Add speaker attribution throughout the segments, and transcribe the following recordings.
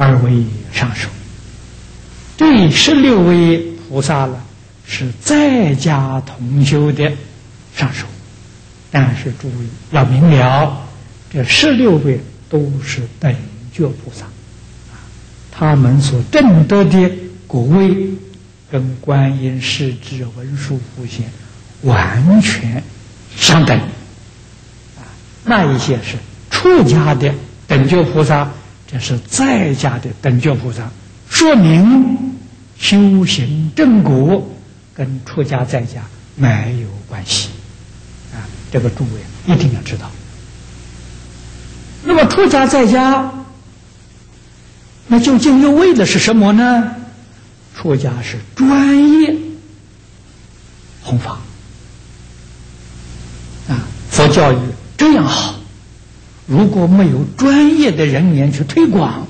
Speaker 1: 而为上首。这16位菩萨了，是在家同修的上首。但是注意要明了，这16位都是等觉菩萨，他们所证得的果位跟观音、势至、文殊、普贤完全相等。那一些是出家的等觉菩萨，这是在家的等觉菩萨，说明修行正果跟出家在家没有关系。这个诸位一定要知道。那么出家在家，那究竟又为的是什么呢？出家是专业弘法佛教育这样好，如果没有专业的人员去推广，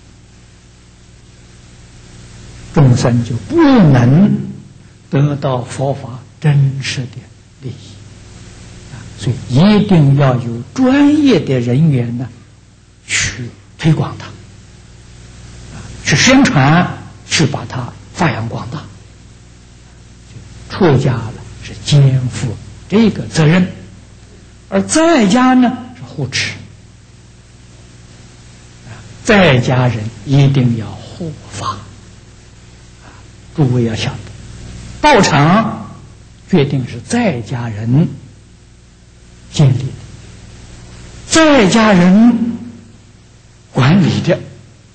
Speaker 1: 众生就不能得到佛法真实的利益。所以一定要有专业的人员呢，去推广它，去宣传，去把它发扬光大。出家了是肩负这个责任，而在家呢是护持。在家人一定要护法。诸位要晓得，道场决定是在家人建立的，在家人管理的，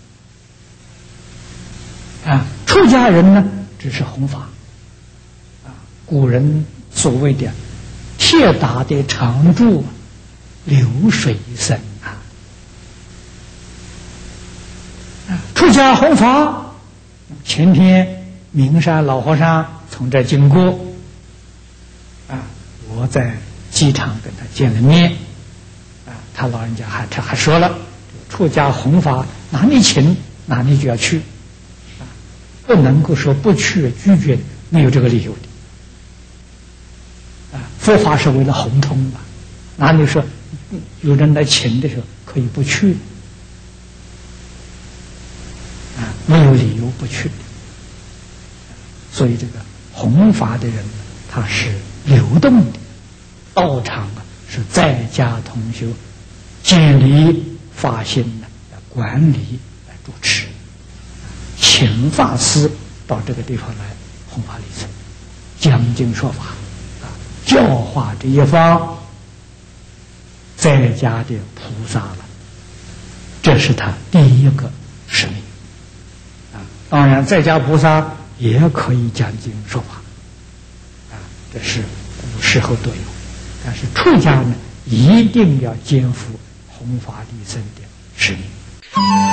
Speaker 1: 出家人呢只是弘法。古人所谓的铁打的常住，流水生出家弘法。前天明山老和尚从这经过，我在机场跟他见了面，他老人家还说了，出家弘法哪里请哪里就要去，不能够说不去拒绝，没有这个理由的。佛法是为了弘通嘛，哪里说有人来请的时候可以不去？没有理由不去的。所以这个弘法的人他是流动的，道场是在家同修，建立法心来管理来主持，请法师到这个地方来弘法利生，讲经说法，教化这一方在家的菩萨了，这是他第一个使命。当然在家菩萨也可以讲经说法，这是古时候都有，但是出家呢一定要肩负弘法利生的使命。